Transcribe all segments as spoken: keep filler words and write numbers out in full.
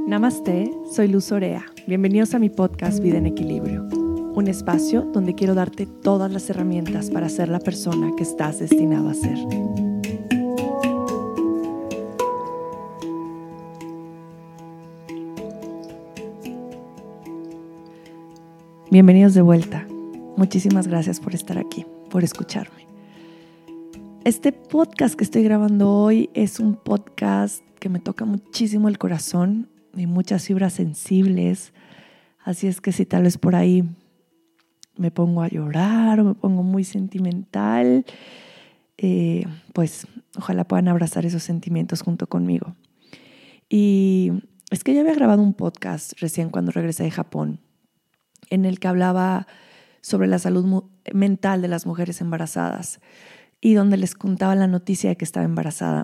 Namaste, soy Luz Orea. Bienvenidos a mi podcast Vida en Equilibrio, un espacio donde quiero darte todas las herramientas para ser la persona que estás destinado a ser. Bienvenidos de vuelta. Muchísimas gracias por estar aquí, por escucharme. Este podcast que estoy grabando hoy es un podcast que me toca muchísimo el corazón y muchas fibras sensibles. Así es que si tal vez por ahí me pongo a llorar o me pongo muy sentimental, eh, pues ojalá puedan abrazar esos sentimientos junto conmigo. Y es que ya había grabado un podcast recién cuando regresé de Japón, en el que hablaba sobre la salud mu- mental de las mujeres embarazadas y donde les contaba la noticia de que estaba embarazada.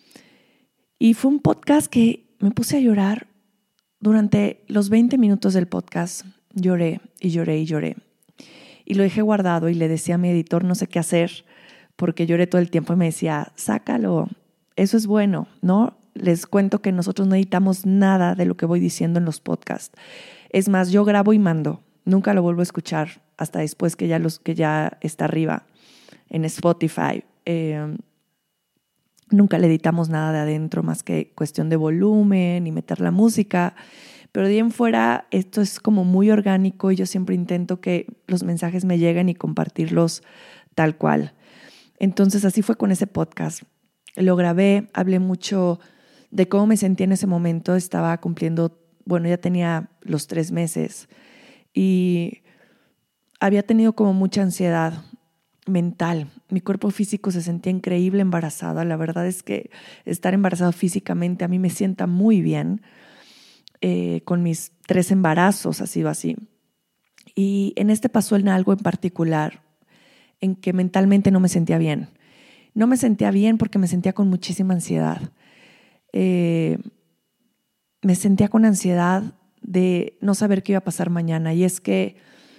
Y fue un podcast que me puse a llorar durante los veinte minutos del podcast. Lloré y lloré y lloré. Y lo dejé guardado y le decía a mi editor no sé qué hacer porque lloré todo el tiempo y me decía, sácalo, eso es bueno, ¿no? Les cuento que nosotros no editamos nada de lo que voy diciendo en los podcasts. Es más, yo grabo y mando. Nunca lo vuelvo a escuchar hasta después que ya, los, que ya está arriba en Spotify. Eh, nunca le editamos nada de adentro más que cuestión de volumen y meter la música. Pero de ahí en fuera esto es como muy orgánico y yo siempre intento que los mensajes me lleguen y compartirlos tal cual. Entonces así fue con ese podcast. Lo grabé, hablé mucho de cómo me sentí en ese momento. Estaba cumpliendo, bueno, ya tenía los tres meses y había tenido como mucha ansiedad mental. Mi cuerpo físico se sentía increíble embarazada. La verdad es que estar embarazada físicamente a mí me sienta muy bien. Eh, con mis tres embarazos ha sido así. Y en este pasó en algo en particular en que mentalmente no me sentía bien. No me sentía bien porque me sentía con muchísima ansiedad. Eh, me sentía con ansiedad de no saber qué iba a pasar mañana. Y es que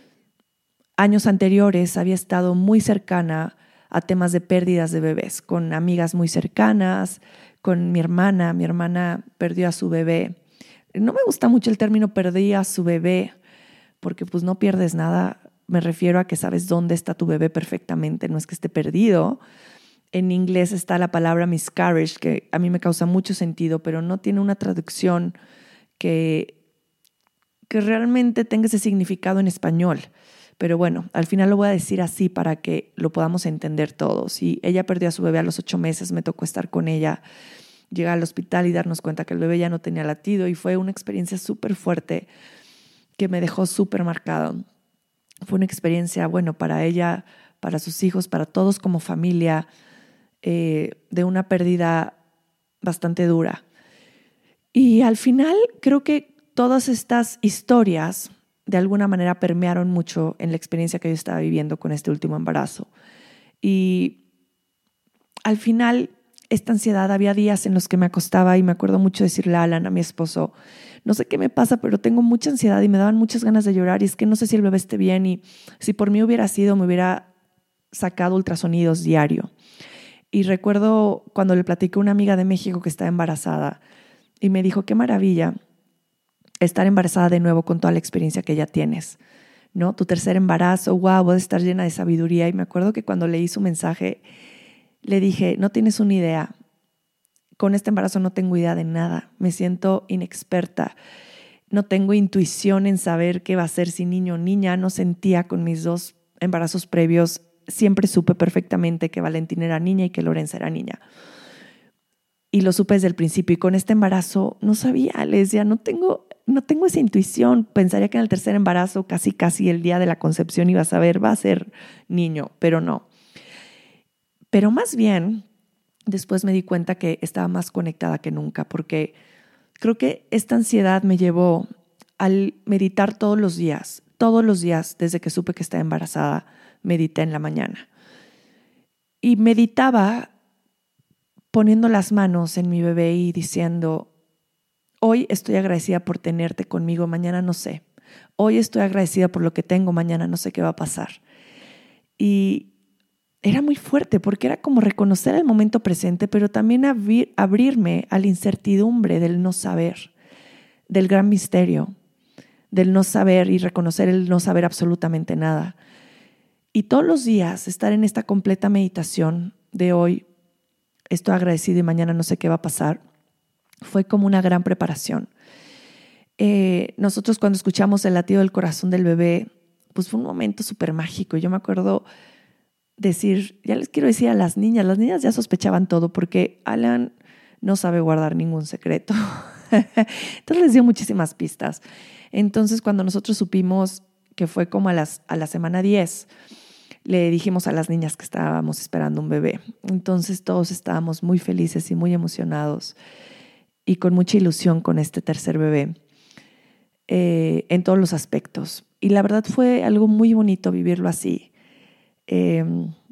años anteriores había estado muy cercana a temas de pérdidas de bebés, con amigas muy cercanas, con mi hermana. Mi hermana perdió a su bebé. No me gusta mucho el término perdí a su bebé, porque pues no pierdes nada. Me refiero a que sabes dónde está tu bebé perfectamente, no es que esté perdido. En inglés está la palabra miscarriage, que a mí me causa mucho sentido, pero no tiene una traducción que, que realmente tenga ese significado en español. Pero bueno, al final lo voy a decir así para que lo podamos entender todos. Y ella perdió a su bebé a los ocho meses, me tocó estar con ella, llegar al hospital y darnos cuenta que el bebé ya no tenía latido y fue una experiencia súper fuerte que me dejó súper marcado. Fue una experiencia, bueno, para ella, para sus hijos, para todos como familia, eh, de una pérdida bastante dura. Y al final creo que todas estas historias de alguna manera permearon mucho en la experiencia que yo estaba viviendo con este último embarazo. Y al final, esta ansiedad, había días en los que me acostaba y me acuerdo mucho decirle a Alan, a mi esposo, no sé qué me pasa, pero tengo mucha ansiedad y me daban muchas ganas de llorar y es que no sé si el bebé esté bien y si por mí hubiera sido, me hubiera sacado ultrasonidos diario. Y recuerdo cuando le platiqué a una amiga de México que estaba embarazada y me dijo, qué maravilla estar embarazada de nuevo con toda la experiencia que ya tienes, ¿no? Tu tercer embarazo, wow, vas a estar llena de sabiduría. Y me acuerdo que cuando leí su mensaje, le dije, no tienes una idea, con este embarazo no tengo idea de nada, me siento inexperta, no tengo intuición en saber qué va a ser si niño o niña, no sentía con mis dos embarazos previos, siempre supe perfectamente que Valentina era niña y que Lorenza era niña. Y lo supe desde el principio y con este embarazo no sabía, le decía, no tengo, no tengo esa intuición, pensaría que en el tercer embarazo casi casi el día de la concepción iba a saber, va a ser niño, pero no. Pero más bien, después me di cuenta que estaba más conectada que nunca, porque creo que esta ansiedad me llevó al meditar todos los días, todos los días desde que supe que estaba embarazada, medité en la mañana. Y meditaba poniendo las manos en mi bebé y diciendo, hoy estoy agradecida por tenerte conmigo, mañana no sé. Hoy estoy agradecida por lo que tengo, mañana no sé qué va a pasar. Y era muy fuerte porque era como reconocer el momento presente, pero también abrir, abrirme a la incertidumbre del no saber, del gran misterio, del no saber y reconocer el no saber absolutamente nada. Y todos los días estar en esta completa meditación de hoy, estoy agradecido y mañana no sé qué va a pasar, fue como una gran preparación. Eh, nosotros cuando escuchamos el latido del corazón del bebé, pues fue un momento súper mágico. Yo me acuerdo decir, ya les quiero decir a las niñas, las niñas ya sospechaban todo porque Alan no sabe guardar ningún secreto. Entonces les dio muchísimas pistas. Entonces cuando nosotros supimos que fue como a, las, a la semana diez, le dijimos a las niñas que estábamos esperando un bebé. Entonces todos estábamos muy felices y muy emocionados y con mucha ilusión con este tercer bebé eh, en todos los aspectos. Y la verdad fue algo muy bonito vivirlo así. Eh,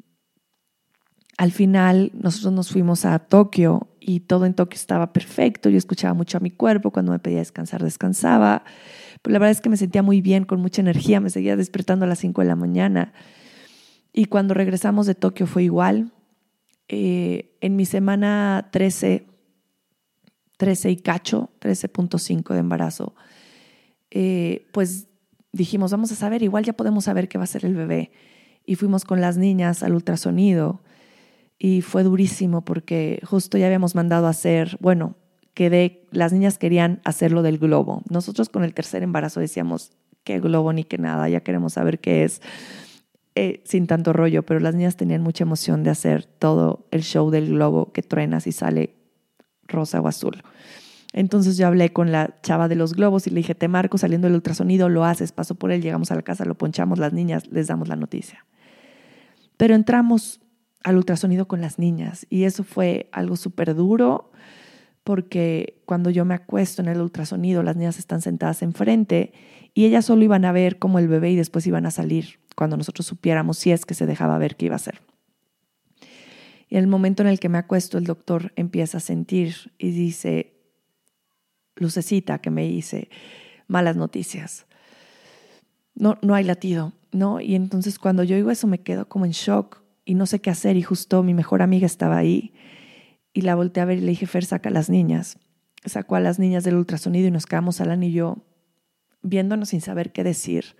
al final nosotros nos fuimos a Tokio y todo en Tokio estaba perfecto. Yo escuchaba mucho a mi cuerpo, cuando me pedía descansar, descansaba. Pero la verdad es que me sentía muy bien, con mucha energía, me seguía despertando a las cinco de la mañana. Y cuando regresamos de Tokio fue igual. Eh, en mi semana trece, trece y cacho, trece punto cinco de embarazo, eh, pues dijimos, vamos a saber, igual ya podemos saber qué va a ser el bebé. Y fuimos con las niñas al ultrasonido y fue durísimo porque justo ya habíamos mandado a hacer, bueno, quedé, las niñas querían hacerlo del globo. Nosotros con el tercer embarazo decíamos, qué globo ni qué nada, ya queremos saber qué es, eh, sin tanto rollo, pero las niñas tenían mucha emoción de hacer todo el show del globo que truenas y sale rosa o azul. Entonces yo hablé con la chava de los globos y le dije, te marco saliendo del ultrasonido, lo haces, paso por él, llegamos a la casa, lo ponchamos, las niñas, les damos la noticia. Pero entramos al ultrasonido con las niñas y eso fue algo súper duro porque cuando yo me acuesto en el ultrasonido, las niñas están sentadas enfrente y ellas solo iban a ver como el bebé y después iban a salir cuando nosotros supiéramos si es que se dejaba ver qué iba a ser. Y en el momento en el que me acuesto, el doctor empieza a sentir y dice, lucecita que me dice, malas noticias. No, no hay latido, ¿no? Y entonces cuando yo digo eso me quedo como en shock y no sé qué hacer y justo mi mejor amiga estaba ahí y la volteé a ver y le dije, Fer, saca a las niñas. Sacó a las niñas del ultrasonido y nos quedamos Alan y yo viéndonos sin saber qué decir.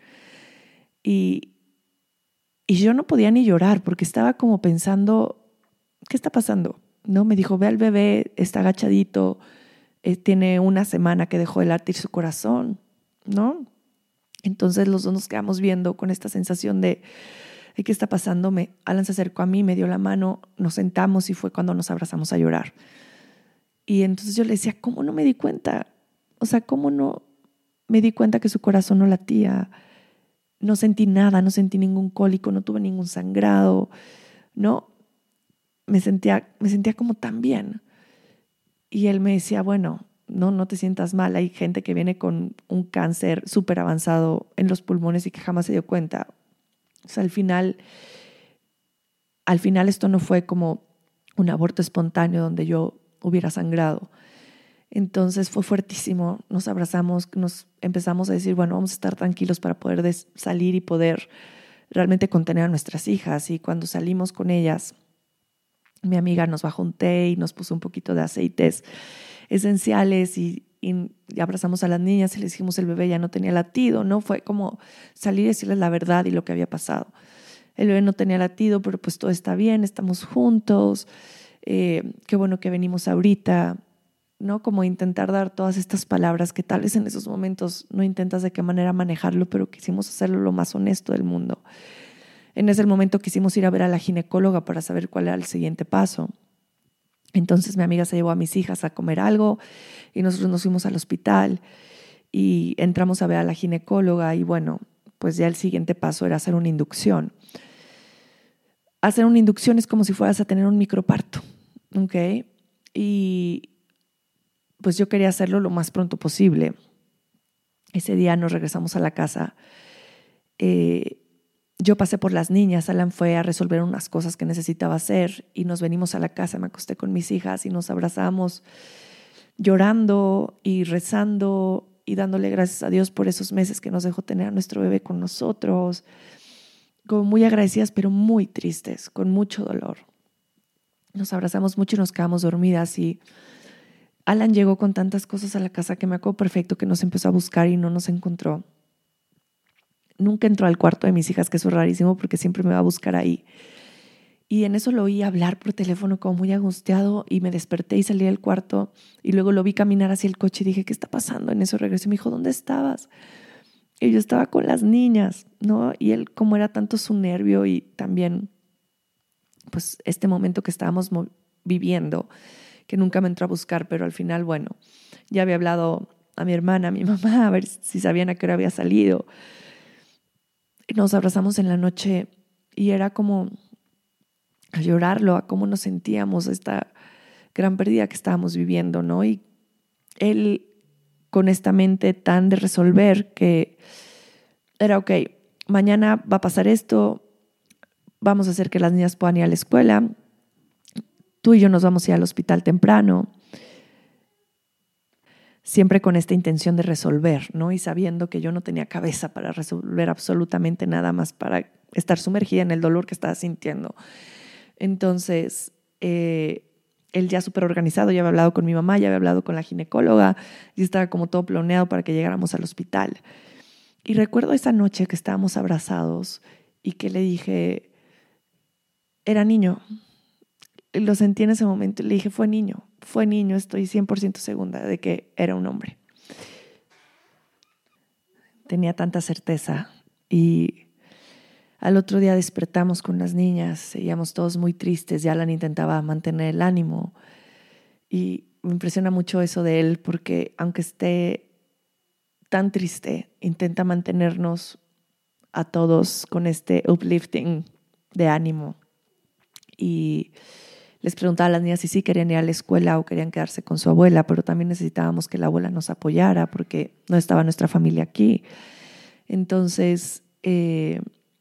Y, y yo no podía ni llorar porque estaba como pensando, ¿qué está pasando? ¿No? Me dijo, ve al bebé, está agachadito, eh, tiene una semana que dejó de latir su corazón, ¿no? Entonces los dos nos quedamos viendo con esta sensación de, de ¿qué está pasando? Me, Alan se acercó a mí, me dio la mano, nos sentamos y fue cuando nos abrazamos a llorar. Y entonces yo le decía, ¿cómo no me di cuenta? O sea, ¿cómo no me di cuenta que su corazón no latía? No sentí nada, no sentí ningún cólico, no tuve ningún sangrado, ¿no? Me sentía, me sentía como tan bien. Y él me decía, bueno, no, no te sientas mal. Hay gente que viene con un cáncer súper avanzado en los pulmones y que jamás se dio cuenta. O sea, al final, al final esto no fue como un aborto espontáneo donde yo hubiera sangrado. Entonces fue fuertísimo. Nos abrazamos, nos empezamos a decir, bueno, vamos a estar tranquilos para poder des- salir y poder realmente contener a nuestras hijas. Y cuando salimos con ellas, mi amiga nos bajó un té y nos puso un poquito de aceites esenciales y, y, y abrazamos a las niñas y les dijimos el bebé ya no tenía latido, ¿no? Fue como salir y decirles la verdad y lo que había pasado. El bebé no tenía latido, pero pues todo está bien, estamos juntos, eh, qué bueno que venimos ahorita, ¿no? Como intentar dar todas estas palabras que tal vez en esos momentos no intentas de qué manera manejarlo, pero quisimos hacerlo lo más honesto del mundo. En ese momento quisimos ir a ver a la ginecóloga para saber cuál era el siguiente paso. Entonces mi amiga se llevó a mis hijas a comer algo y nosotros nos fuimos al hospital y entramos a ver a la ginecóloga y bueno, pues ya el siguiente paso era hacer una inducción. Hacer una inducción es como si fueras a tener un microparto, ¿ok? Y pues yo quería hacerlo lo más pronto posible. Ese día nos regresamos a la casa. Eh, Yo pasé por las niñas, Alan fue a resolver unas cosas que necesitaba hacer y nos venimos a la casa, me acosté con mis hijas y nos abrazamos llorando y rezando y dándole gracias a Dios por esos meses que nos dejó tener a nuestro bebé con nosotros, como muy agradecidas pero muy tristes, con mucho dolor. Nos abrazamos mucho y nos quedamos dormidas y Alan llegó con tantas cosas a la casa que me acuerdo perfecto que nos empezó a buscar y no nos encontró. Nunca entró al cuarto de mis hijas, que eso es rarísimo porque siempre me va a buscar ahí. Y en eso lo oí hablar por teléfono como muy angustiado y me desperté y salí del cuarto y luego lo vi caminar hacia el coche y dije, ¿qué está pasando? En eso regresó y me dijo, ¿dónde estabas? Y yo estaba con las niñas, ¿no? Y él, como era tanto su nervio y también pues este momento que estábamos viviendo, que nunca me entró a buscar, pero al final, bueno, ya había hablado a mi hermana, a mi mamá, a ver si sabían a qué hora había salido. Y nos abrazamos en la noche y era como a llorarlo, a cómo nos sentíamos, esta gran pérdida que estábamos viviendo, ¿no? Y él con esta mente tan de resolver que era, ok, mañana va a pasar esto, vamos a hacer que las niñas puedan ir a la escuela, tú y yo nos vamos a ir al hospital temprano, siempre con esta intención de resolver, ¿no? Y sabiendo que yo no tenía cabeza para resolver absolutamente nada más, para estar sumergida en el dolor que estaba sintiendo. Entonces, eh, él ya súper organizado, ya había hablado con mi mamá, ya había hablado con la ginecóloga, y estaba como todo planeado para que llegáramos al hospital. Y recuerdo esa noche que estábamos abrazados y que le dije, era niño. Lo sentí en ese momento y le dije, fue niño, fue niño, estoy cien por ciento segura de que era un hombre. Tenía tanta certeza. Y al otro día despertamos con las niñas, seguíamos todos muy tristes y Alan intentaba mantener el ánimo. Y me impresiona mucho eso de él porque aunque esté tan triste, intenta mantenernos a todos con este uplifting de ánimo. Y les preguntaba a las niñas si sí querían ir a la escuela o querían quedarse con su abuela, pero también necesitábamos que la abuela nos apoyara porque no estaba nuestra familia aquí. Entonces, eh,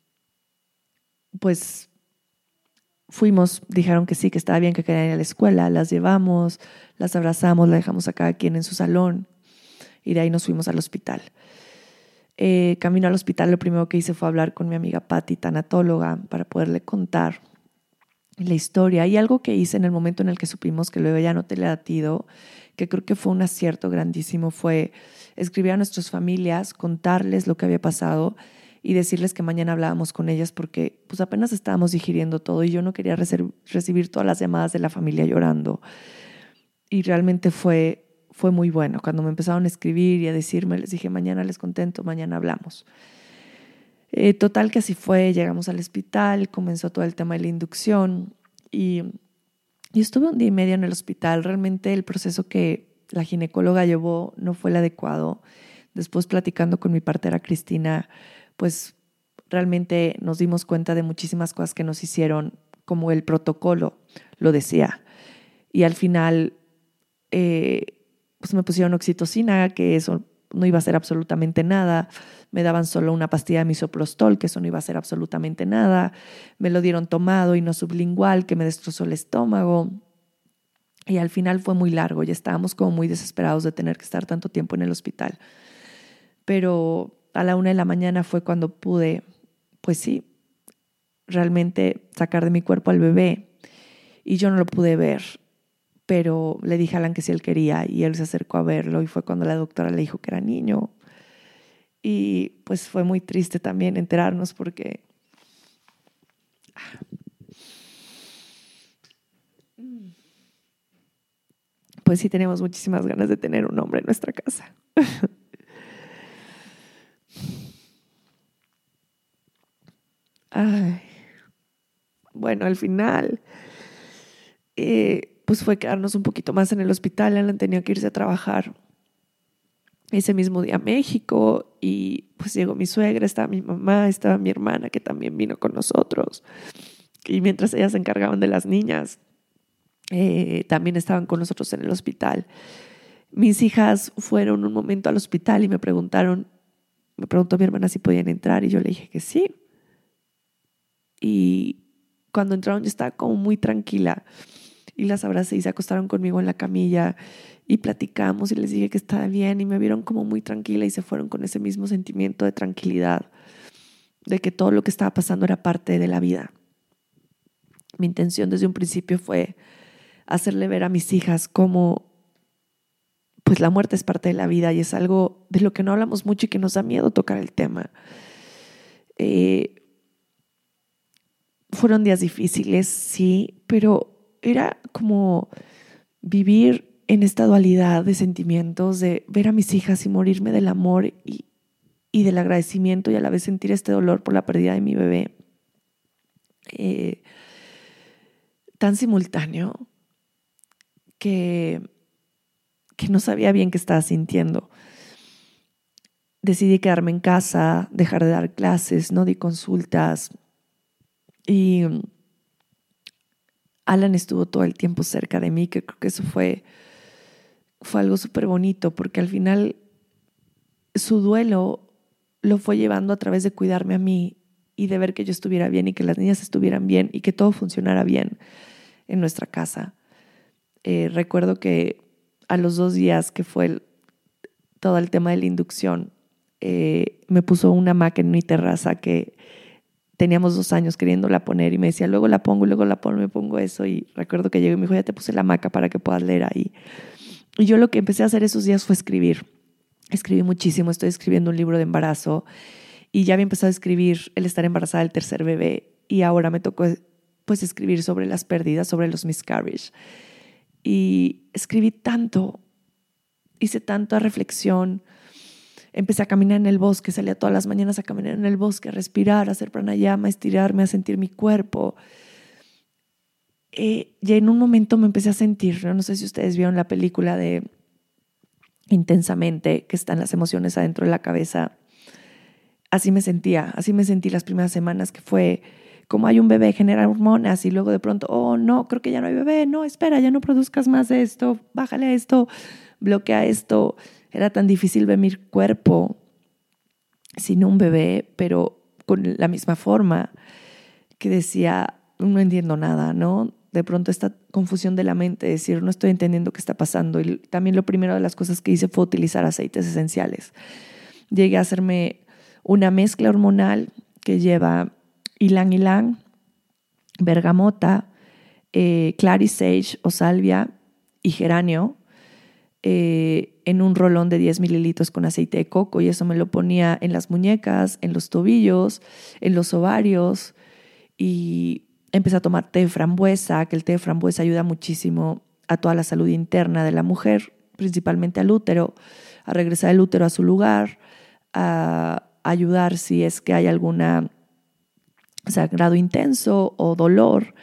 pues fuimos, dijeron que sí, que estaba bien, que querían ir a la escuela, las llevamos, las abrazamos, las dejamos a cada quien en su salón y de ahí nos fuimos al hospital. Eh, camino al hospital, lo primero que hice fue hablar con mi amiga Patti, tanatóloga, para poderle contar la historia. Y algo que hice en el momento en el que supimos que lo había no telelatido, que creo que fue un acierto grandísimo, fue escribir a nuestras familias, contarles lo que había pasado y decirles que mañana hablábamos con ellas porque pues apenas estábamos digiriendo todo y yo no quería rece- recibir todas las llamadas de la familia llorando. Y realmente fue, fue muy bueno. Cuando me empezaron a escribir y a decirme, les dije, mañana les contento, mañana hablamos. Eh, total que así fue, llegamos al hospital, comenzó todo el tema de la inducción y, y estuve un día y medio en el hospital. Realmente el proceso que la ginecóloga llevó no fue el adecuado. Después platicando con mi partera Cristina, pues realmente nos dimos cuenta de muchísimas cosas que nos hicieron, como el protocolo lo decía. Y al final eh, pues me pusieron oxitocina, que eso no iba a hacer absolutamente nada. Me daban solo una pastilla de misoprostol, que eso no iba a hacer absolutamente nada. Me lo dieron tomado y no sublingual, que me destrozó el estómago. Y al final fue muy largo y estábamos como muy desesperados de tener que estar tanto tiempo en el hospital. Pero a la una de la mañana fue cuando pude, pues sí, realmente sacar de mi cuerpo al bebé. Y yo no lo pude ver, pero le dije a Alan que si él quería y él se acercó a verlo y fue cuando la doctora le dijo que era niño. Y pues fue muy triste también enterarnos porque pues sí teníamos muchísimas ganas de tener un hombre en nuestra casa. Ay. Bueno, al final eh, pues fue quedarnos un poquito más en el hospital. Alan tenía que irse a trabajar ese mismo día a México y pues llegó mi suegra, estaba mi mamá, estaba mi hermana que también vino con nosotros y mientras ellas se encargaban de las niñas eh, también estaban con nosotros en el hospital. Mis hijas fueron un momento al hospital y me preguntaron, me preguntó mi hermana si podían entrar y yo le dije que sí. Y cuando entraron yo estaba como muy tranquila y las abracé y se acostaron conmigo en la camilla y platicamos y les dije que estaba bien y me vieron como muy tranquila y se fueron con ese mismo sentimiento de tranquilidad, de que todo lo que estaba pasando era parte de la vida. Mi intención desde un principio fue hacerle ver a mis hijas cómo pues la muerte es parte de la vida y es algo de lo que no hablamos mucho y que nos da miedo tocar el tema. Eh, fueron días difíciles, sí, pero era como vivir en esta dualidad de sentimientos, de ver a mis hijas y morirme del amor y, y del agradecimiento y a la vez sentir este dolor por la pérdida de mi bebé. Eh, tan simultáneo que, que no sabía bien qué estaba sintiendo. Decidí quedarme en casa, dejar de dar clases, no di consultas. Y Alan estuvo todo el tiempo cerca de mí, que creo que eso fue, fue algo súper bonito, porque al final su duelo lo fue llevando a través de cuidarme a mí y de ver que yo estuviera bien y que las niñas estuvieran bien y que todo funcionara bien en nuestra casa. Eh, recuerdo que a los dos días que fue el, todo el tema de la inducción, eh, me puso una hamaca en mi terraza que teníamos dos años queriéndola poner y me decía, luego la pongo y luego la pongo, me pongo eso. Y recuerdo que llegó y me dijo, ya te puse la hamaca para que puedas leer ahí. Y yo lo que empecé a hacer esos días fue escribir. Escribí muchísimo, estoy escribiendo un libro de embarazo y ya había empezado a escribir el estar embarazada del tercer bebé y ahora me tocó pues escribir sobre las pérdidas, sobre los miscarriage. Y escribí tanto, hice tanta reflexión. Empecé a caminar en el bosque, salía todas las mañanas a caminar en el bosque, a respirar, a hacer pranayama, a estirarme, a sentir mi cuerpo. Eh, y en un momento me empecé a sentir, ¿no? no sé si ustedes vieron la película de Intensamente, que están las emociones adentro de la cabeza. Así me sentía, así me sentí las primeras semanas, que fue como hay un bebé, genera hormonas y luego de pronto, oh no, creo que ya no hay bebé, no, espera, ya no produzcas más de esto, bájale a esto, bloquea esto. Era tan difícil ver mi cuerpo sin un bebé, pero con la misma forma, que decía, no entiendo nada, ¿no? De pronto esta confusión de la mente, decir, no estoy entendiendo qué está pasando. Y también lo primero de las cosas que hice fue utilizar aceites esenciales. Llegué a hacerme una mezcla hormonal que lleva ylang ylang, bergamota, eh, clary sage o salvia y geranio, eh, en un rolón de diez mililitros con aceite de coco, y eso me lo ponía en las muñecas, en los tobillos, en los ovarios, y empecé a tomar té de frambuesa, que el té de frambuesa ayuda muchísimo a toda la salud interna de la mujer, principalmente al útero, a regresar el útero a su lugar, a ayudar si es que hay alguna sangrado intenso o dolor.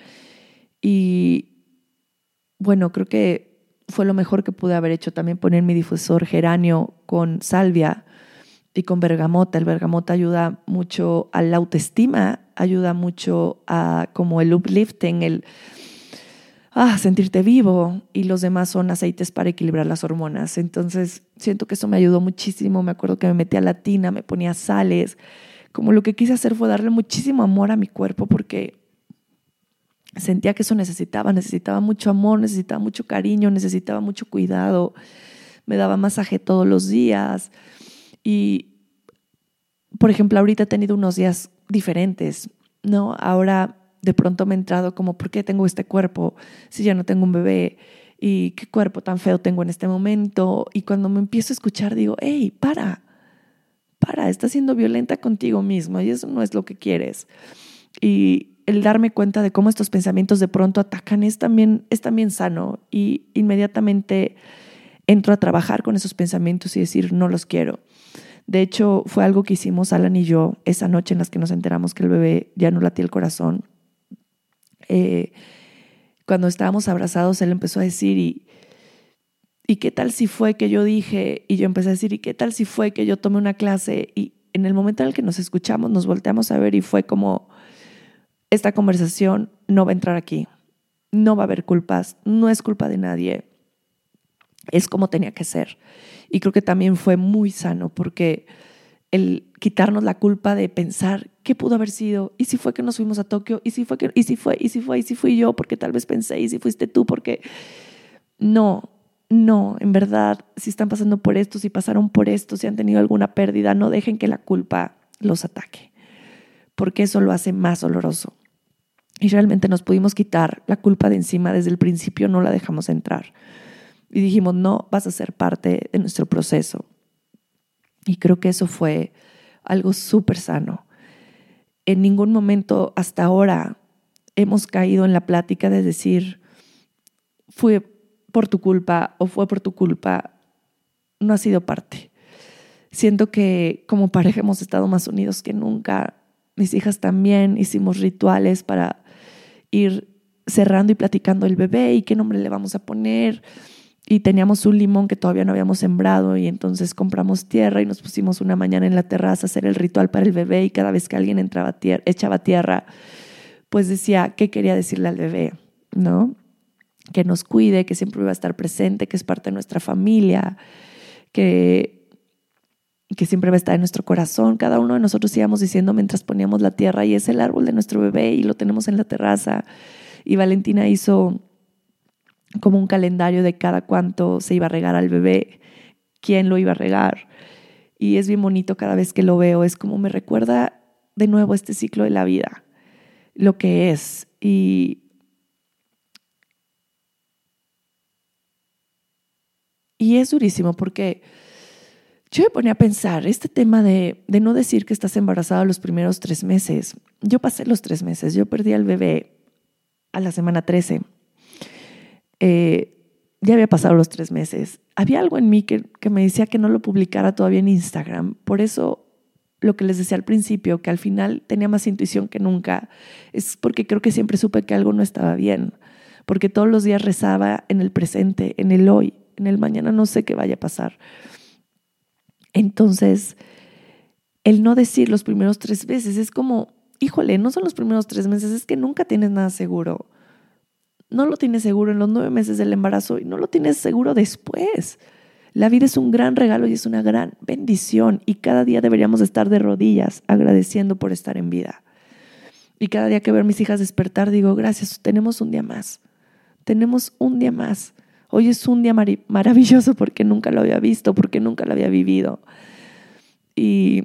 Y bueno, creo que fue lo mejor que pude haber hecho, también poner mi difusor geranio con salvia y con bergamota. El bergamota ayuda mucho a la autoestima, ayuda mucho a como el uplifting, el ah, sentirte vivo, y los demás son aceites para equilibrar las hormonas. Entonces siento que eso me ayudó muchísimo. Me acuerdo que me metía la tina, me ponía sales. Como lo que quise hacer fue darle muchísimo amor a mi cuerpo, porque sentía que eso necesitaba, necesitaba mucho amor, necesitaba mucho cariño, necesitaba mucho cuidado. Me daba masaje todos los días. Y, por ejemplo, ahorita he tenido unos días diferentes, ¿no? Ahora de pronto me he entrado como, ¿por qué tengo este cuerpo si ya no tengo un bebé? ¿Y qué cuerpo tan feo tengo en este momento? Y cuando me empiezo a escuchar digo, hey, para, para, estás siendo violenta contigo mismo y eso no es lo que quieres. Y el darme cuenta de cómo estos pensamientos de pronto atacan es también, es también sano, y inmediatamente entro a trabajar con esos pensamientos y decir, no los quiero. De hecho, fue algo que hicimos Alan y yo esa noche en las que nos enteramos que el bebé ya no latía el corazón. Eh, cuando estábamos abrazados, él empezó a decir, y, ¿y qué tal si fue que yo dije? Y yo empecé a decir, ¿y qué tal si fue que yo tomé una clase? Y en el momento en el que nos escuchamos, nos volteamos a ver y fue como, esta conversación no va a entrar aquí. No va a haber culpas, no es culpa de nadie. Es como tenía que ser. Y creo que también fue muy sano, porque el quitarnos la culpa de pensar qué pudo haber sido, y si fue que nos fuimos a Tokio, y si fue que, y si fue, y si fue, y si fui yo, porque tal vez pensé, y si fuiste tú, porque no, no, en verdad, si están pasando por esto, si pasaron por esto, si han tenido alguna pérdida, no dejen que la culpa los ataque, porque eso lo hace más doloroso. Y realmente nos pudimos quitar la culpa de encima desde el principio, no la dejamos entrar. Y dijimos, no, vas a ser parte de nuestro proceso. Y creo que eso fue algo súper sano. En ningún momento hasta ahora hemos caído en la plática de decir, fue por tu culpa o fue por tu culpa. No ha sido parte. Siento que como pareja hemos estado más unidos que nunca. Mis hijas también hicimos rituales para ir cerrando y platicando el bebé y qué nombre le vamos a poner. Y teníamos un limón que todavía no habíamos sembrado y entonces compramos tierra y nos pusimos una mañana en la terraza a hacer el ritual para el bebé, y cada vez que alguien entraba tierra, echaba tierra, pues decía qué quería decirle al bebé, ¿no? Que nos cuide, que siempre iba a estar presente, que es parte de nuestra familia, que, que siempre va a estar en nuestro corazón. Cada uno de nosotros íbamos diciendo mientras poníamos la tierra, y es el árbol de nuestro bebé y lo tenemos en la terraza. Y Valentina hizo como un calendario de cada cuánto se iba a regar al bebé, quién lo iba a regar. Y es bien bonito cada vez que lo veo. Es como me recuerda de nuevo este ciclo de la vida, lo que es. Y, y es durísimo porque yo me ponía a pensar este tema de, de no decir que estás embarazada los primeros tres meses. Yo pasé los tres meses. Yo perdí al bebé a la semana trece. Eh, ya había pasado los tres meses. Había algo en mí que, que me decía que no lo publicara todavía en Instagram. Por eso lo que les decía al principio, que al final tenía más intuición que nunca, es porque creo que siempre supe que algo no estaba bien. Porque todos los días rezaba en el presente, en el hoy, en el mañana no sé qué vaya a pasar. Entonces, el no decir los primeros tres meses es como, híjole, no son los primeros tres meses, es que nunca tienes nada seguro. No lo tienes seguro en los nueve meses del embarazo y no lo tienes seguro después. La vida es un gran regalo y es una gran bendición, y cada día deberíamos estar de rodillas agradeciendo por estar en vida. Y cada día que veo a mis hijas despertar digo, gracias, tenemos un día más. Tenemos un día más. Hoy es un día mar- maravilloso porque nunca lo había visto, porque nunca lo había vivido. Y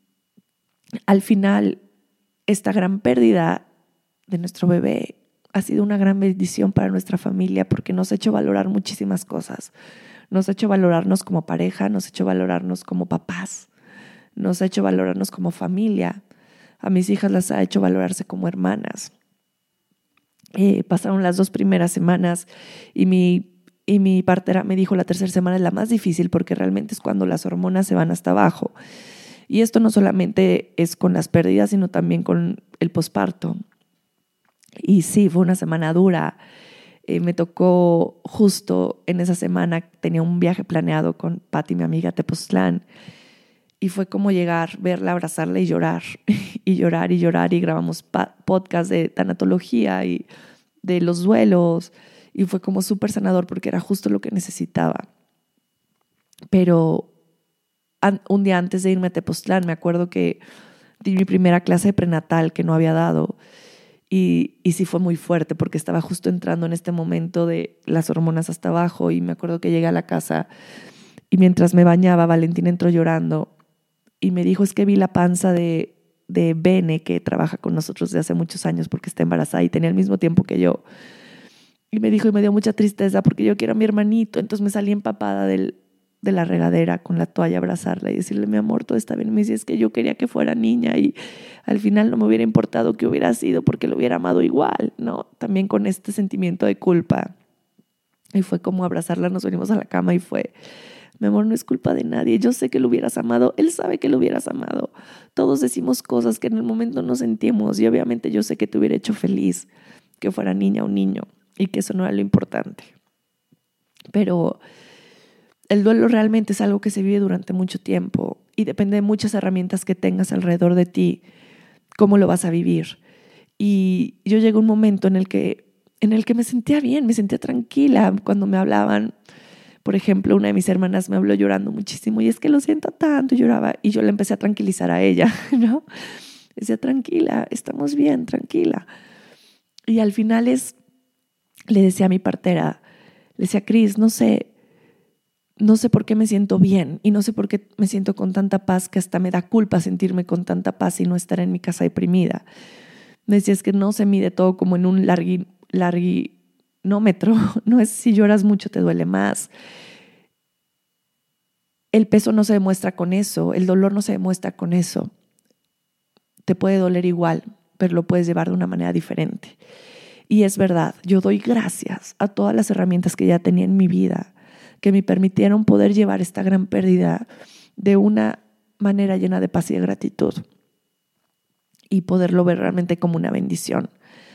al final, esta gran pérdida de nuestro bebé ha sido una gran bendición para nuestra familia porque nos ha hecho valorar muchísimas cosas. Nos ha hecho valorarnos como pareja, nos ha hecho valorarnos como papás, nos ha hecho valorarnos como familia. A mis hijas las ha hecho valorarse como hermanas. Eh, pasaron las dos primeras semanas y mi, y mi partera me dijo la tercera semana es la más difícil porque realmente es cuando las hormonas se van hasta abajo. Y esto no solamente es con las pérdidas, sino también con el posparto. Y sí, fue una semana dura. Eh, me tocó justo en esa semana, tenía un viaje planeado con Pati, mi amiga, a Tepoztlán. Y fue como llegar, verla, abrazarla y llorar. y llorar y llorar. Y grabamos pa- podcast de tanatología y de los duelos. Y fue como súper sanador porque era justo lo que necesitaba. Pero an- un día antes de irme a Tepoztlán, me acuerdo que di mi primera clase de prenatal que no había dado. Y, y sí fue muy fuerte porque estaba justo entrando en este momento de las hormonas hasta abajo, y me acuerdo que llegué a la casa y mientras me bañaba Valentina entró llorando y me dijo, es que vi la panza de, de Bene, que trabaja con nosotros desde hace muchos años porque está embarazada y tenía el mismo tiempo que yo. Y me dijo, y me dio mucha tristeza porque yo quiero a mi hermanito. Entonces me salí empapada del, de la regadera con la toalla, abrazarla y decirle, mi amor, todo está bien. Y me dice, es que yo quería que fuera niña y al final no me hubiera importado que hubiera sido porque lo hubiera amado igual, ¿no? También con este sentimiento de culpa. Y fue como abrazarla, nos venimos a la cama y fue, mi amor, no es culpa de nadie. Yo sé que lo hubieras amado, él sabe que lo hubieras amado. Todos decimos cosas que en el momento no sentimos y obviamente yo sé que te hubiera hecho feliz que fuera niña o niño y que eso no era lo importante. Pero el duelo realmente es algo que se vive durante mucho tiempo y depende de muchas herramientas que tengas alrededor de ti, cómo lo vas a vivir. Y yo llegué a un momento en el que, en el que me sentía bien, me sentía tranquila cuando me hablaban. Por ejemplo, una de mis hermanas me habló llorando muchísimo y es que lo siento tanto, y lloraba. Y yo le empecé a tranquilizar a ella, ¿no? Decía, tranquila, estamos bien, tranquila. Y al final es, le decía a mi partera, le decía, Cris, no sé, no sé por qué me siento bien y no sé por qué me siento con tanta paz que hasta me da culpa sentirme con tanta paz y no estar en mi casa deprimida. Me decía, es que no se mide todo como en un largui, largui, metro, no es si lloras mucho te duele más. El peso no se demuestra con eso, el dolor no se demuestra con eso. Te puede doler igual, pero lo puedes llevar de una manera diferente. Y es verdad, yo doy gracias a todas las herramientas que ya tenía en mi vida, que me permitieron poder llevar esta gran pérdida de una manera llena de paz y de gratitud y poderlo ver realmente como una bendición.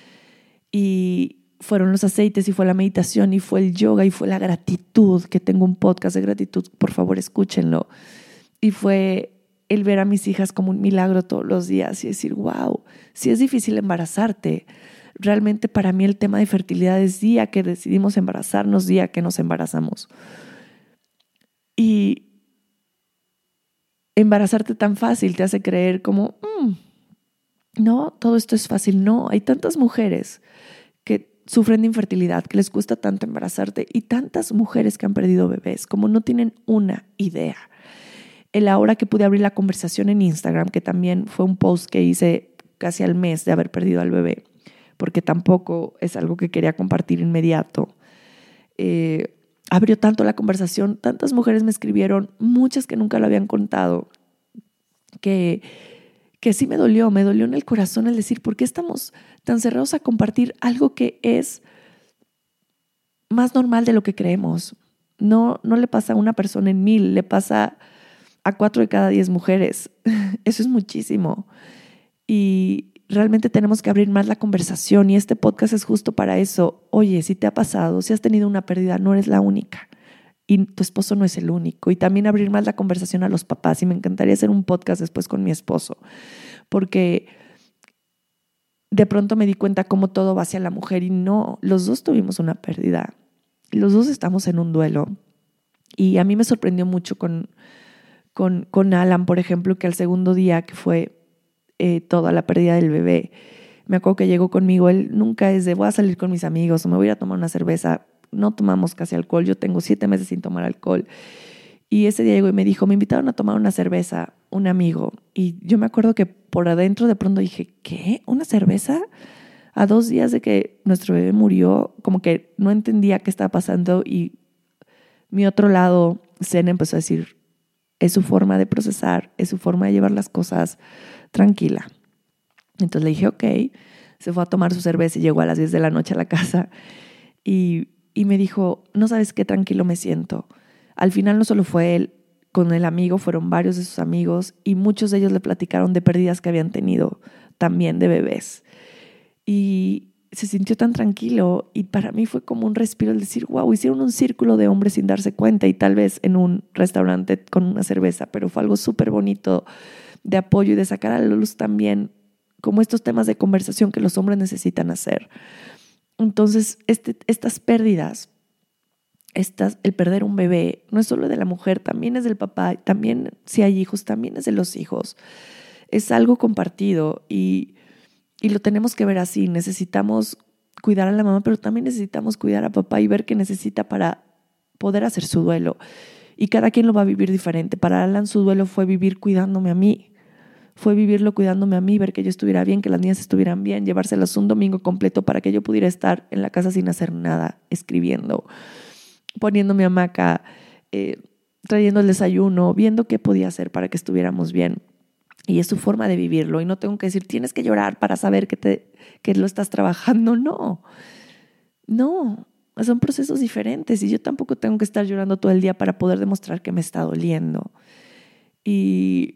Y fueron los aceites y fue la meditación y fue el yoga y fue la gratitud, que tengo un podcast de gratitud, por favor escúchenlo. Y fue el ver a mis hijas como un milagro todos los días y decir, wow, sí es difícil embarazarte. Realmente para mí el tema de fertilidad es día que decidimos embarazarnos, día que nos embarazamos. Y embarazarte tan fácil te hace creer como, mmm, no, todo esto es fácil. No, hay tantas mujeres que sufren de infertilidad, que les cuesta tanto embarazarte y tantas mujeres que han perdido bebés, como no tienen una idea. El ahora que pude abrir la conversación en Instagram, que también fue un post que hice casi al mes de haber perdido al bebé, porque tampoco es algo que quería compartir inmediato. Eh, abrió tanto la conversación, tantas mujeres me escribieron, muchas que nunca lo habían contado, que, que sí me dolió, me dolió en el corazón el decir, ¿por qué estamos tan cerrados a compartir algo que es más normal de lo que creemos? No, no le pasa a una persona en mil, le pasa a cuatro de cada diez mujeres. Eso es muchísimo. Y realmente tenemos que abrir más la conversación y este podcast es justo para eso. Oye, si te ha pasado, si has tenido una pérdida, no eres la única y tu esposo no es el único. Y también abrir más la conversación a los papás y me encantaría hacer un podcast después con mi esposo porque de pronto me di cuenta cómo todo va hacia la mujer y no, los dos tuvimos una pérdida. Los dos estamos en un duelo y a mí me sorprendió mucho con, con, con Alan, por ejemplo, que al segundo día que fue Eh, toda la pérdida del bebé, me acuerdo que llegó conmigo, él nunca es de voy a salir con mis amigos o me voy a ir a tomar una cerveza, no tomamos casi alcohol, yo tengo siete meses sin tomar alcohol y ese día llegó y me dijo, me invitaron a tomar una cerveza, un amigo, y yo me acuerdo que por adentro de pronto dije, ¿qué? ¿Una cerveza? A dos días de que nuestro bebé murió, como que no entendía qué estaba pasando y mi otro lado, Zen, empezó a decir, es su forma de procesar, es su forma de llevar las cosas tranquila. Entonces le dije, ok, se fue a tomar su cerveza y llegó a las diez de la noche a la casa y, y me dijo, no sabes qué tranquilo me siento. Al final no solo fue él, con el amigo fueron varios de sus amigos y muchos de ellos le platicaron de pérdidas que habían tenido también de bebés. Y se sintió tan tranquilo y para mí fue como un respiro el decir, wow, hicieron un círculo de hombres sin darse cuenta y tal vez en un restaurante con una cerveza, pero fue algo súper bonito de apoyo y de sacar a la luz también como estos temas de conversación que los hombres necesitan hacer. Entonces, este, estas pérdidas, estas, el perder un bebé, no es solo de la mujer, también es del papá, también si hay hijos, también es de los hijos. Es algo compartido y, y lo tenemos que ver así. Necesitamos cuidar a la mamá, pero también necesitamos cuidar a papá y ver qué necesita para poder hacer su duelo. Y cada quien lo va a vivir diferente. Para Alan su duelo fue vivir cuidándome a mí. Fue vivirlo cuidándome a mí, ver que yo estuviera bien, que las niñas estuvieran bien, llevárselas un domingo completo para que yo pudiera estar en la casa sin hacer nada, escribiendo, poniéndome hamaca, eh, trayendo el desayuno, viendo qué podía hacer para que estuviéramos bien. Y es su forma de vivirlo. Y no tengo que decir, tienes que llorar para saber que, te, que lo estás trabajando. No, no. Son procesos diferentes y yo tampoco tengo que estar llorando todo el día para poder demostrar que me está doliendo. Y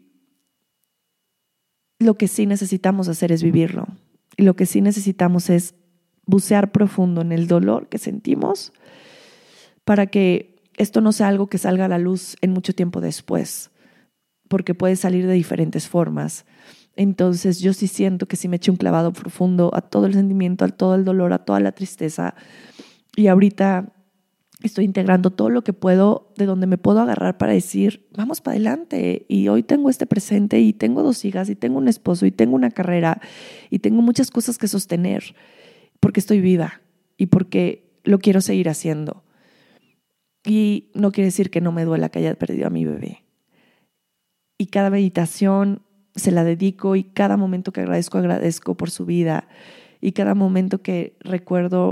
lo que sí necesitamos hacer es vivirlo. Y lo que sí necesitamos es bucear profundo en el dolor que sentimos para que esto no sea algo que salga a la luz en mucho tiempo después, porque puede salir de diferentes formas. Entonces yo sí siento que sí me eché un clavado profundo a todo el sentimiento, a todo el dolor, a toda la tristeza. Y ahorita estoy integrando todo lo que puedo, de donde me puedo agarrar para decir, vamos para adelante. Y hoy tengo este presente y tengo dos hijas y tengo un esposo y tengo una carrera y tengo muchas cosas que sostener porque estoy viva y porque lo quiero seguir haciendo. Y no quiere decir que no me duela que haya perdido a mi bebé. Y cada meditación se la dedico y cada momento que agradezco, agradezco por su vida. Y cada momento que recuerdo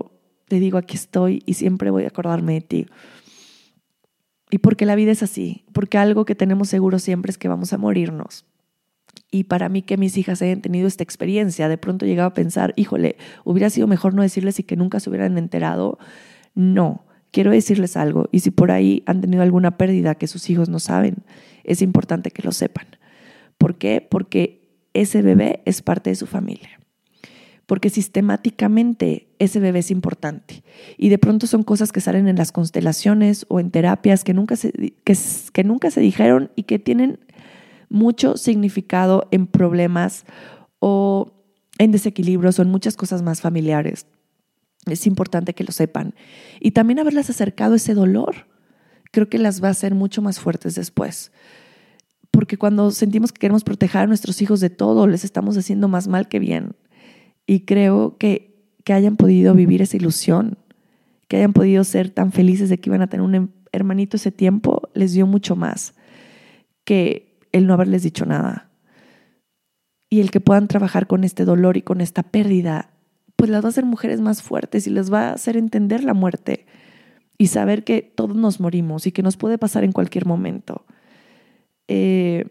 te digo, aquí estoy y siempre voy a acordarme de ti. Y porque la vida es así, porque algo que tenemos seguro siempre es que vamos a morirnos. Y para mí que mis hijas hayan tenido esta experiencia, de pronto llegaba a pensar, híjole, hubiera sido mejor no decirles y que nunca se hubieran enterado. No, quiero decirles algo. Y si por ahí han tenido alguna pérdida que sus hijos no saben, es importante que lo sepan. ¿Por qué? Porque ese bebé es parte de su familia. Porque sistemáticamente ese bebé es importante. Y de pronto son cosas que salen en las constelaciones o en terapias que nunca se, que, que nunca se dijeron y que tienen mucho significado en problemas o en desequilibrios o en muchas cosas más familiares. Es importante que lo sepan. Y también haberlas acercado ese dolor, creo que las va a hacer mucho más fuertes después. Porque cuando sentimos que queremos proteger a nuestros hijos de todo, les estamos haciendo más mal que bien. Y creo que, que hayan podido vivir esa ilusión, que hayan podido ser tan felices de que iban a tener un hermanito ese tiempo, les dio mucho más que el no haberles dicho nada. Y el que puedan trabajar con este dolor y con esta pérdida, pues las va a hacer mujeres más fuertes y les va a hacer entender la muerte y saber que todos nos morimos y que nos puede pasar en cualquier momento. Eh,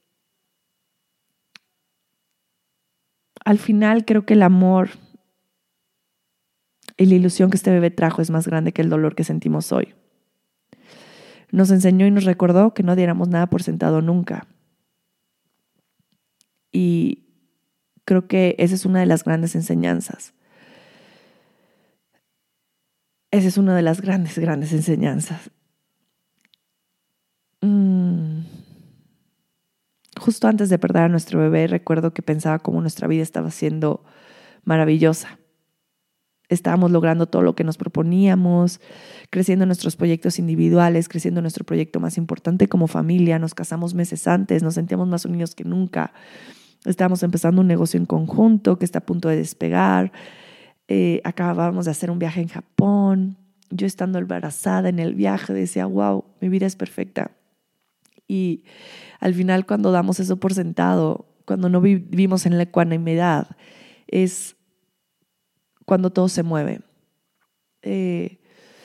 al final creo que el amor y la ilusión que este bebé trajo es más grande que el dolor que sentimos hoy. Nos enseñó y nos recordó que no diéramos nada por sentado nunca. Y creo que esa es una de las grandes enseñanzas. Esa es una de las grandes, grandes enseñanzas. Mm. Justo antes de perder a nuestro bebé, recuerdo que pensaba cómo nuestra vida estaba siendo maravillosa. Estábamos logrando todo lo que nos proponíamos, creciendo nuestros proyectos individuales, creciendo nuestro proyecto más importante como familia. Nos casamos meses antes, nos sentíamos más unidos que nunca. Estábamos empezando un negocio en conjunto que está a punto de despegar. Eh, acabábamos de hacer un viaje en Japón. Yo estando embarazada en el viaje decía, wow, mi vida es perfecta. Y al final cuando damos eso por sentado, cuando no vivimos en la ecuanimidad, es cuando todo se mueve. Eh,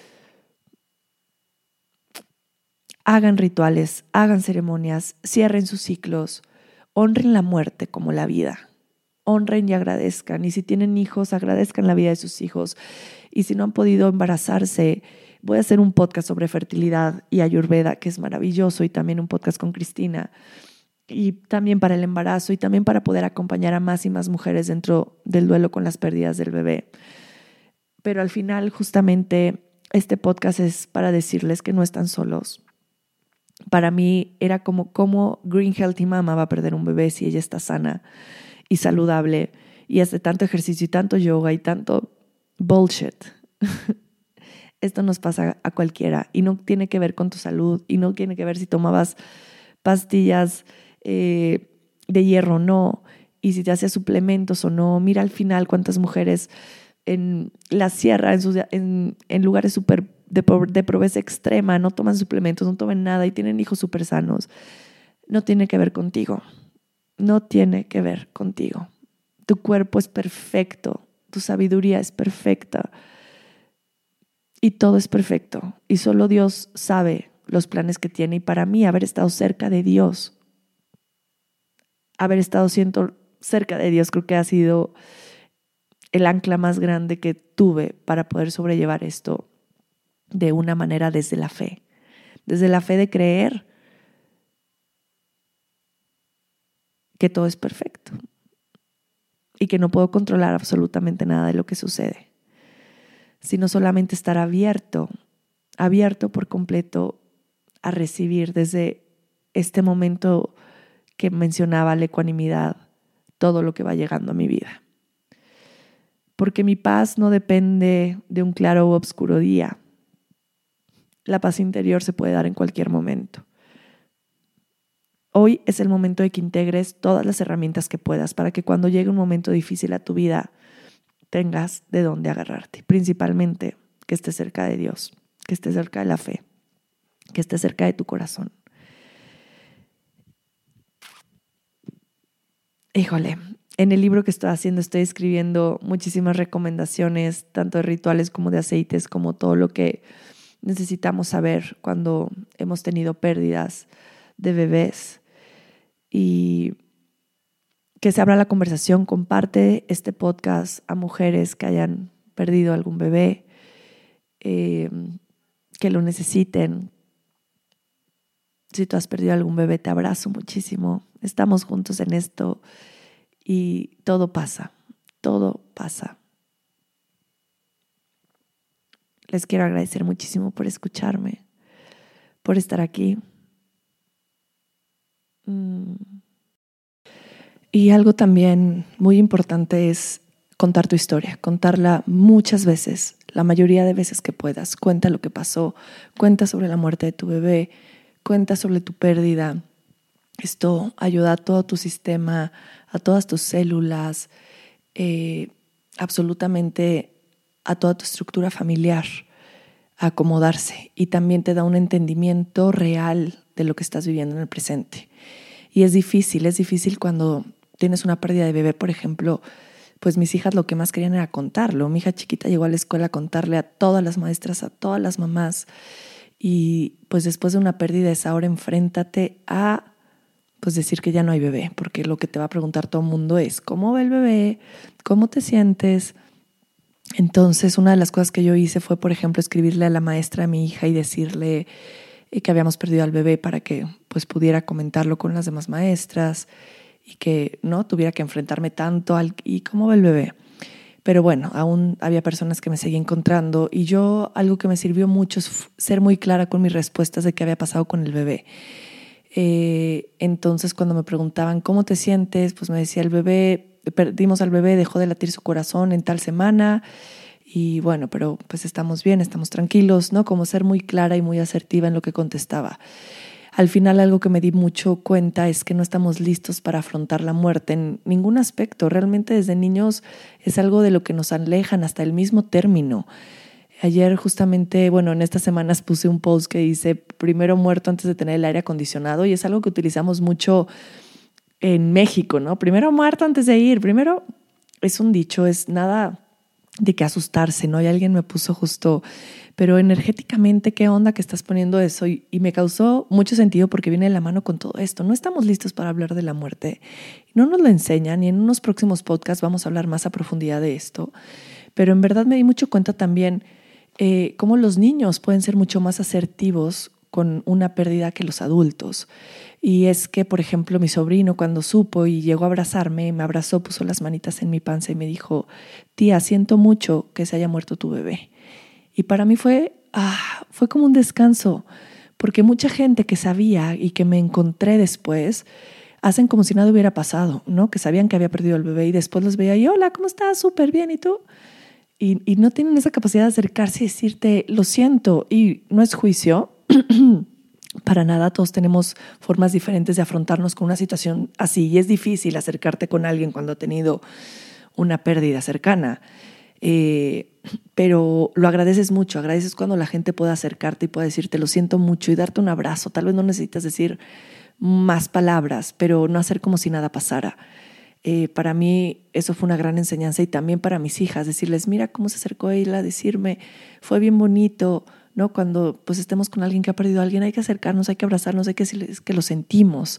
hagan rituales, hagan ceremonias, cierren sus ciclos, honren la muerte como la vida. Honren y agradezcan. Y si tienen hijos, agradezcan la vida de sus hijos. Y si no han podido embarazarse, voy a hacer un podcast sobre fertilidad y ayurveda, que es maravilloso, y también un podcast con Cristina. Y también para el embarazo y también para poder acompañar a más y más mujeres dentro del duelo con las pérdidas del bebé. Pero al final, justamente, este podcast es para decirles que no están solos. Para mí era como cómo Green Healthy Mama va a perder un bebé si ella está sana y saludable y hace tanto ejercicio y tanto yoga y tanto bullshit. Esto nos pasa a cualquiera y no tiene que ver con tu salud y no tiene que ver si tomabas pastillas eh, de hierro o no y si te hacías suplementos o no. Mira al final cuántas mujeres en la sierra, en, sus, en, en lugares super de, de pobreza extrema, no toman suplementos, no toman nada y tienen hijos súper sanos. No tiene que ver contigo. No tiene que ver contigo. Tu cuerpo es perfecto. Tu sabiduría es perfecta. Y todo es perfecto. Y solo Dios sabe los planes que tiene. Y para mí, haber estado cerca de Dios, haber estado siendo cerca de Dios, creo que ha sido el ancla más grande que tuve para poder sobrellevar esto de una manera desde la fe. Desde la fe de creer que todo es perfecto y que no puedo controlar absolutamente nada de lo que sucede, sino solamente estar abierto, abierto por completo a recibir desde este momento que mencionaba la ecuanimidad, todo lo que va llegando a mi vida. Porque mi paz no depende de un claro o oscuro día. La paz interior se puede dar en cualquier momento. Hoy es el momento de que integres todas las herramientas que puedas para que cuando llegue un momento difícil a tu vida tengas de dónde agarrarte. Principalmente que estés cerca de Dios, que estés cerca de la fe, que estés cerca de tu corazón. Híjole, en el libro que estoy haciendo estoy escribiendo muchísimas recomendaciones, tanto de rituales como de aceites, como todo lo que necesitamos saber cuando hemos tenido pérdidas de bebés. Y que se abra la conversación, comparte este podcast a mujeres que hayan perdido algún bebé, eh, que lo necesiten. Si tú has perdido algún bebé, te abrazo muchísimo. Estamos juntos en esto y todo pasa, todo pasa. Les quiero agradecer muchísimo por escucharme, por estar aquí. Mm. Y algo también muy importante es contar tu historia, contarla muchas veces, la mayoría de veces que puedas. Cuenta lo que pasó, cuenta sobre la muerte de tu bebé, cuenta sobre tu pérdida. Esto ayuda a todo tu sistema, a todas tus células, eh, absolutamente a toda tu estructura familiar a acomodarse, y también te da un entendimiento real de lo que estás viviendo en el presente. Y es difícil, es difícil cuando tienes una pérdida de bebé, por ejemplo. Pues mis hijas lo que más querían era contarlo. Mi hija chiquita llegó a la escuela a contarle a todas las maestras, a todas las mamás. Y pues después de una pérdida es ahora enfréntate a pues decir que ya no hay bebé, porque lo que te va a preguntar todo el mundo es ¿cómo va el bebé? ¿Cómo te sientes? Entonces una de las cosas que yo hice fue, por ejemplo, escribirle a la maestra a mi hija y decirle que habíamos perdido al bebé para que pues pudiera comentarlo con las demás maestras y que no tuviera que enfrentarme tanto al ¿y cómo va el bebé? Pero bueno, aún había personas que me seguían encontrando, y yo algo que me sirvió mucho es ser muy clara con mis respuestas de qué había pasado con el bebé. Eh, entonces cuando me preguntaban ¿cómo te sientes? Pues me decía el bebé, perdimos al bebé, dejó de latir su corazón en tal semana y bueno, pero pues estamos bien, estamos tranquilos, ¿no? Como ser muy clara y muy asertiva en lo que contestaba. Al final algo que me di mucho cuenta es que no estamos listos para afrontar la muerte en ningún aspecto. Realmente desde niños es algo de lo que nos alejan hasta el mismo término. Ayer justamente, bueno, en estas semanas puse un post que dice primero muerto antes de tener el aire acondicionado, y es algo que utilizamos mucho en México, ¿no? Primero muerto antes de ir. Primero es un dicho, es nada de que asustarse, ¿no? Y alguien me puso justo, pero energéticamente, ¿qué onda que estás poniendo eso? Y, y me causó mucho sentido porque viene de la mano con todo esto. No estamos listos para hablar de la muerte. No nos lo enseñan, y en unos próximos podcasts vamos a hablar más a profundidad de esto. Pero en verdad me di mucho cuenta también eh, cómo los niños pueden ser mucho más asertivos con una pérdida que los adultos. Y es que, por ejemplo, mi sobrino cuando supo y llegó a abrazarme, me abrazó, puso las manitas en mi panza y me dijo, tía, siento mucho que se haya muerto tu bebé. Y para mí fue, ah, fue como un descanso, porque mucha gente que sabía y que me encontré después hacen como si nada hubiera pasado, ¿no? Que sabían que había perdido el bebé y después los veía y hola, ¿cómo estás? Súper bien, ¿y tú? Y, y no tienen esa capacidad de acercarse y decirte, lo siento, y no es juicio. Para nada, todos tenemos formas diferentes de afrontarnos con una situación así, y es difícil acercarte con alguien cuando ha tenido una pérdida cercana, eh, pero lo agradeces mucho, agradeces cuando la gente puede acercarte y puede decirte lo siento mucho y darte un abrazo. Tal vez no necesitas decir más palabras, pero no hacer como si nada pasara. Eh, para mí eso fue una gran enseñanza, y también para mis hijas, decirles mira cómo se acercó ella a decirme, fue bien bonito, ¿no? Cuando pues estemos con alguien que ha perdido a alguien, hay que acercarnos, hay que abrazarnos, hay que decirles que lo sentimos.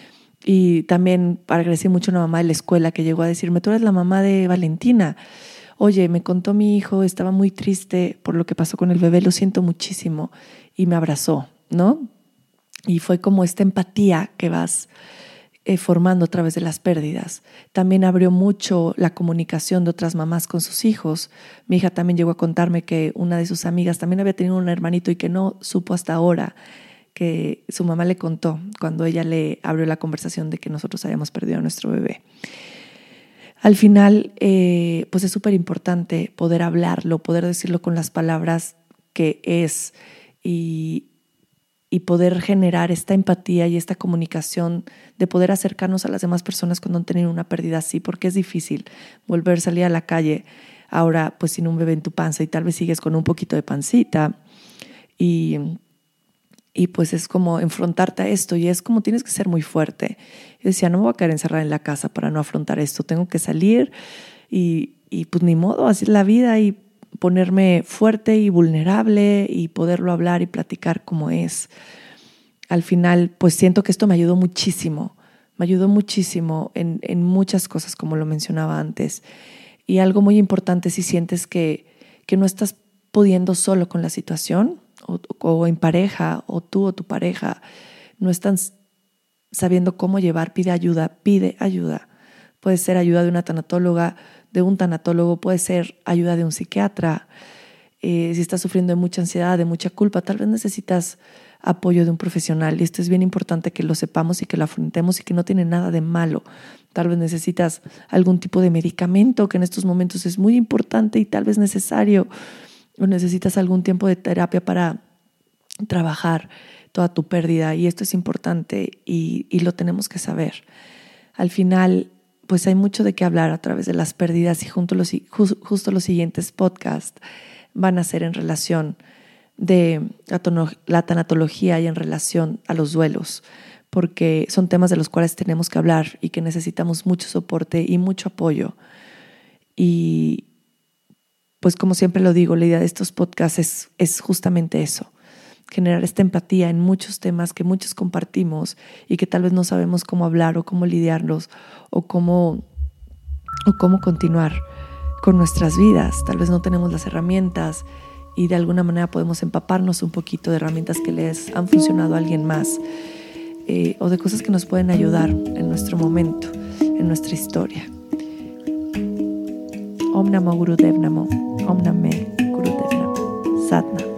Y también agradecí mucho a una mamá de la escuela que llegó a decirme, tú eres la mamá de Valentina. Oye, me contó mi hijo, estaba muy triste por lo que pasó con el bebé, lo siento muchísimo. Y me abrazó, ¿no? Y fue como esta empatía que vas eh, formando a través de las pérdidas. También abrió mucho la comunicación de otras mamás con sus hijos. Mi hija también llegó a contarme que una de sus amigas también había tenido un hermanito y que no supo hasta ahora, que su mamá le contó cuando ella le abrió la conversación de que nosotros habíamos perdido a nuestro bebé. Al final, eh, pues es súper importante poder hablarlo, poder decirlo con las palabras que es, y, y poder generar esta empatía y esta comunicación de poder acercarnos a las demás personas cuando han tenido una pérdida así, porque es difícil volver a salir a la calle ahora pues sin un bebé en tu panza, y tal vez sigues con un poquito de pancita y Y pues es como enfrentarte a esto y es como tienes que ser muy fuerte. Yo decía, no me voy a quedar encerrada en la casa para no afrontar esto. Tengo que salir y, y pues ni modo, así es la vida y ponerme fuerte y vulnerable y poderlo hablar y platicar como es. Al final, pues siento que esto me ayudó muchísimo. Me ayudó muchísimo en, en muchas cosas, como lo mencionaba antes. Y algo muy importante, si sientes que, que no estás pudiendo solo con la situación, o, o en pareja, o tú o tu pareja, no están sabiendo cómo llevar, pide ayuda, pide ayuda. Puede ser ayuda de una tanatóloga, de un tanatólogo, puede ser ayuda de un psiquiatra. Eh, si estás sufriendo de mucha ansiedad, de mucha culpa, tal vez necesitas apoyo de un profesional. Y esto es bien importante que lo sepamos y que lo afrontemos y que no tiene nada de malo. Tal vez necesitas algún tipo de medicamento que en estos momentos es muy importante y tal vez necesario. O necesitas algún tiempo de terapia para trabajar toda tu pérdida. Y esto es importante y, y lo tenemos que saber. Al final, pues hay mucho de qué hablar a través de las pérdidas y justo los, justo los siguientes podcasts van a ser en relación de la tanatología y en relación a los duelos, porque son temas de los cuales tenemos que hablar y que necesitamos mucho soporte y mucho apoyo. Y pues como siempre lo digo, la idea de estos podcasts es, es justamente eso, generar esta empatía en muchos temas que muchos compartimos y que tal vez no sabemos cómo hablar o cómo lidiarlos o cómo, o cómo continuar con nuestras vidas. Tal vez no tenemos las herramientas y de alguna manera podemos empaparnos un poquito de herramientas que les han funcionado a alguien más, eh, o de cosas que nos pueden ayudar en nuestro momento, en nuestra historia. Om Namo Gurudev Namo, Om Name Gurudev Namo, Satnam.